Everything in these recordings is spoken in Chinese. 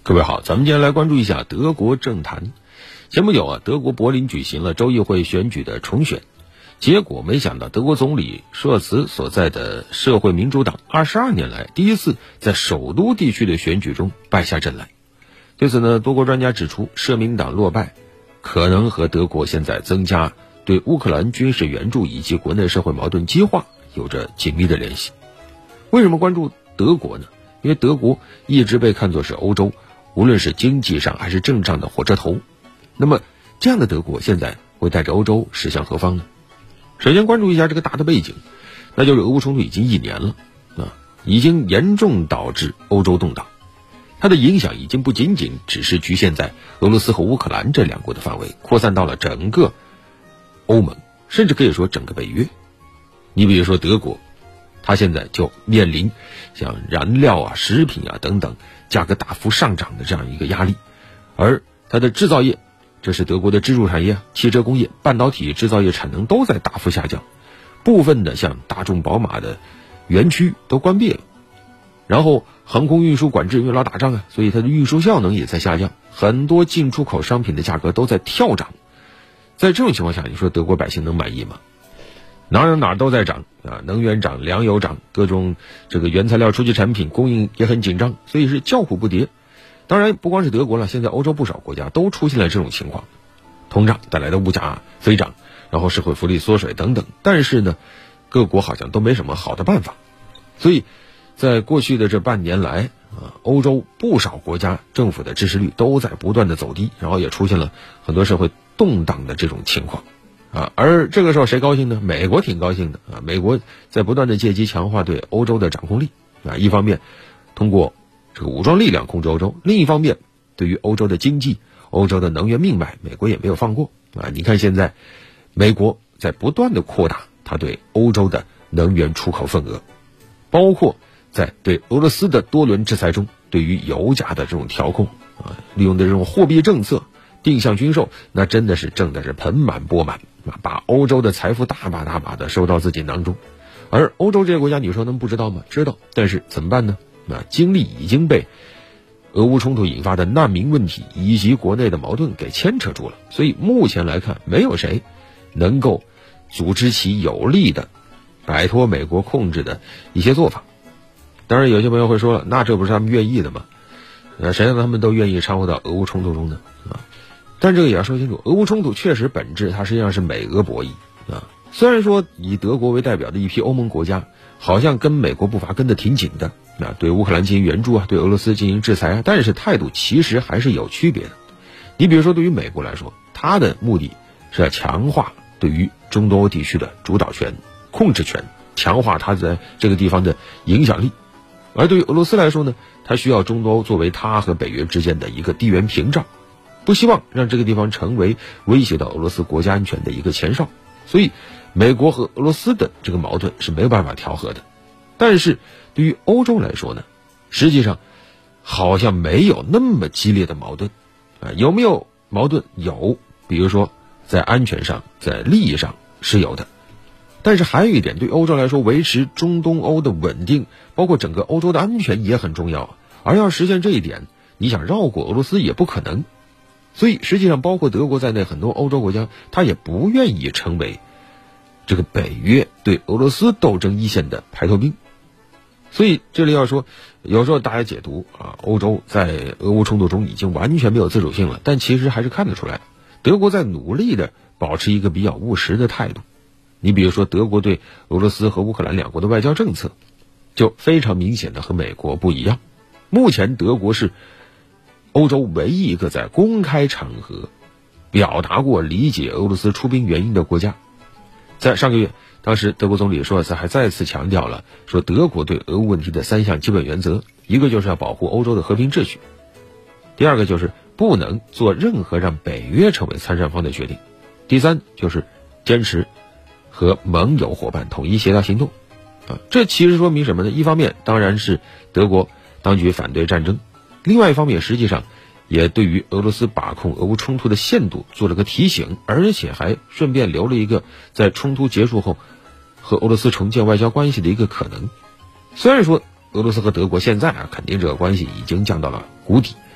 各位好，咱们今天来关注一下德国政坛。前不久德国柏林举行了州议会选举的重选，结果没想到德国总理舒尔茨所在的社会民主党22年来第一次在首都地区的选举中败下阵来。对此多国专家指出，社民党落败可能和德国现在增加对乌克兰军事援助以及国内社会矛盾激化有着紧密的联系。为什么关注德国呢？因为德国一直被看作是欧洲无论是经济上还是政治上的火车头。那么这样的德国现在会带着欧洲驶向何方呢？首先关注一下这个大的背景，那就是俄乌冲突已经1年了已经严重导致欧洲动荡，它的影响已经不仅仅只是局限在俄罗斯和乌克兰这两国的范围，扩散到了整个欧盟，甚至可以说整个北约。你比如说德国，它现在就面临像燃料食品等等价格大幅上涨的这样一个压力，而它的制造业，这是德国的支柱产业，汽车工业、半导体制造业产能都在大幅下降，部分的像大众、宝马的园区都关闭了，然后航空运输管制，因为老打仗所以它的运输效能也在下降，很多进出口商品的价格都在跳涨。在这种情况下，你说德国百姓能满意吗？哪都在涨能源涨、粮油涨，各种这个原材料、初级产品供应也很紧张，所以是叫苦不迭。当然不光是德国了，现在欧洲不少国家都出现了这种情况，通胀带来的物价飞涨，然后社会福利缩水等等，但是各国好像都没什么好的办法。所以在过去的这半年来欧洲不少国家政府的支持率都在不断的走低，然后也出现了很多社会动荡的这种情况而这个时候谁高兴呢？美国挺高兴的美国在不断的借机强化对欧洲的掌控力一方面通过这个武装力量控制欧洲，另一方面对于欧洲的经济、欧洲的能源命脉，美国也没有放过你看现在美国在不断的扩大它对欧洲的能源出口份额，包括在对俄罗斯的多轮制裁中对于油价的这种调控利用的这种货币政策定向军售，那真的是挣的是盆满钵满把欧洲的财富大把的收到自己囊中。而欧洲这些国家你说能不知道吗？知道，但是怎么办呢？精力已经被俄乌冲突引发的难民问题以及国内的矛盾给牵扯住了，所以目前来看没有谁能够组织起有力的摆脱美国控制的一些做法。当然有些朋友会说了，那这不是他们愿意的吗？谁让他们都愿意掺和到俄乌冲突中呢但这个也要说清楚，俄乌冲突确实本质它实际上是美俄博弈虽然说以德国为代表的一批欧盟国家好像跟美国步伐跟得挺紧的对乌克兰进行援助对俄罗斯进行制裁但是态度其实还是有区别的。你比如说对于美国来说，它的目的是要强化对于中东欧地区的主导权、控制权，强化它在这个地方的影响力。而对于俄罗斯来说呢，它需要中东欧作为它和北约之间的一个地缘屏障，不希望让这个地方成为威胁到俄罗斯国家安全的一个前哨。所以美国和俄罗斯的这个矛盾是没有办法调和的。但是对于欧洲来说呢，实际上好像没有那么激烈的矛盾有没有矛盾？有，比如说在安全上、在利益上是有的。但是还有一点，对欧洲来说，维持中东欧的稳定，包括整个欧洲的安全也很重要而要实现这一点，你想绕过俄罗斯也不可能。所以实际上包括德国在内很多欧洲国家，他也不愿意成为这个北约对俄罗斯斗争一线的排头兵。所以这里要说，有时候大家解读欧洲在俄乌冲突中已经完全没有自主性了，但其实还是看得出来，德国在努力的保持一个比较务实的态度。你比如说德国对俄罗斯和乌克兰两国的外交政策就非常明显的和美国不一样。目前德国是欧洲唯一一个在公开场合表达过理解俄罗斯出兵原因的国家。在上个月，当时德国总理舒尔茨还再次强调了说德国对俄乌问题的3项基本原则，一个就是要保护欧洲的和平秩序，第二个就是不能做任何让北约成为参战方的决定，第三就是坚持和盟友伙伴统一协调行动这其实说明什么呢？一方面当然是德国当局反对战争，另外一方面实际上也对于俄罗斯把控俄乌冲突的限度做了个提醒，而且还顺便留了一个在冲突结束后和俄罗斯重建外交关系的一个可能。虽然说俄罗斯和德国现在肯定这个关系已经降到了谷底，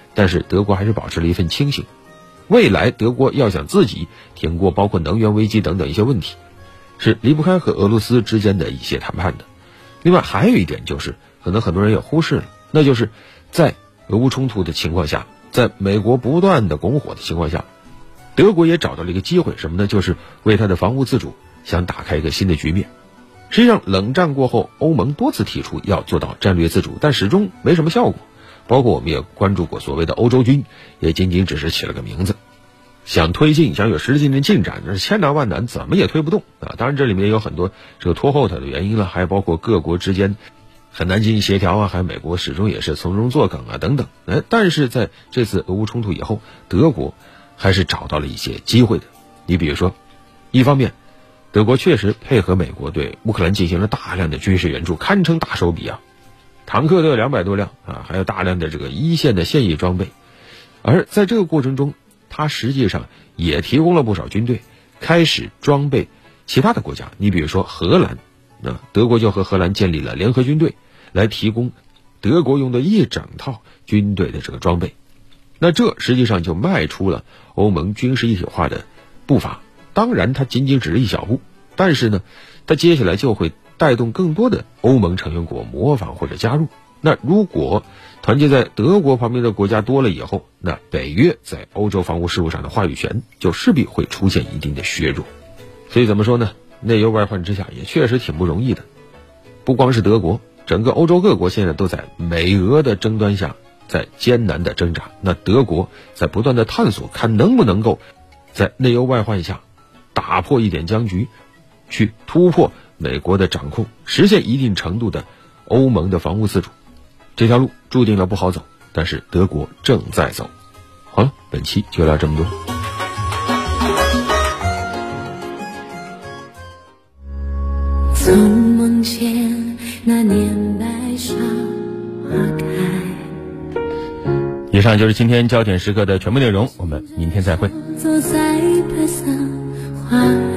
但是德国还是保持了一份清醒。未来德国要想自己挺过包括能源危机等等一些问题，是离不开和俄罗斯之间的一些谈判的。另外还有一点就是可能很多人也忽视了，那就是在俄乌冲突的情况下，在美国不断的拱火的情况下，德国也找到了一个机会，什么呢？就是为它的防务自主想打开一个新的局面。实际上冷战过后，欧盟多次提出要做到战略自主，但始终没什么效果。包括我们也关注过所谓的欧洲军，也仅仅只是起了个名字。想推进，想有实际的进展，那是千难万难，怎么也推不动啊！当然这里面有很多这个拖后腿的原因了，还包括各国之间很难进行协调啊，还有美国始终也是从中作梗啊等等。但是在这次俄乌冲突以后，德国还是找到了一些机会的。你比如说，一方面德国确实配合美国对乌克兰进行了大量的军事援助，堪称大手笔啊，坦克都有200多辆啊，还有大量的这个一线的现役装备。而在这个过程中，它实际上也提供了不少军队，开始装备其他的国家。你比如说荷兰，德国就和荷兰建立了联合军队，来提供德国用的一整套军队的这个装备。那这实际上就迈出了欧盟军事一体化的步伐。当然它仅仅只是一小步，但是呢，它接下来就会带动更多的欧盟成员国模仿或者加入。那如果团结在德国旁边的国家多了以后，那北约在欧洲防务事务上的话语权就势必会出现一定的削弱。所以怎么说呢，内忧外患之下也确实挺不容易的。不光是德国，整个欧洲各国现在都在美俄的争端下在艰难的挣扎。那德国在不断的探索，看能不能够在内忧外患下打破一点僵局，去突破美国的掌控，实现一定程度的欧盟的防务自主。这条路注定了不好走，但是德国正在走。好了，本期就聊这么多。 从梦见那年白芍花开。 以上就是今天焦点时刻的全部内容，我们明天再会。 坐在白色花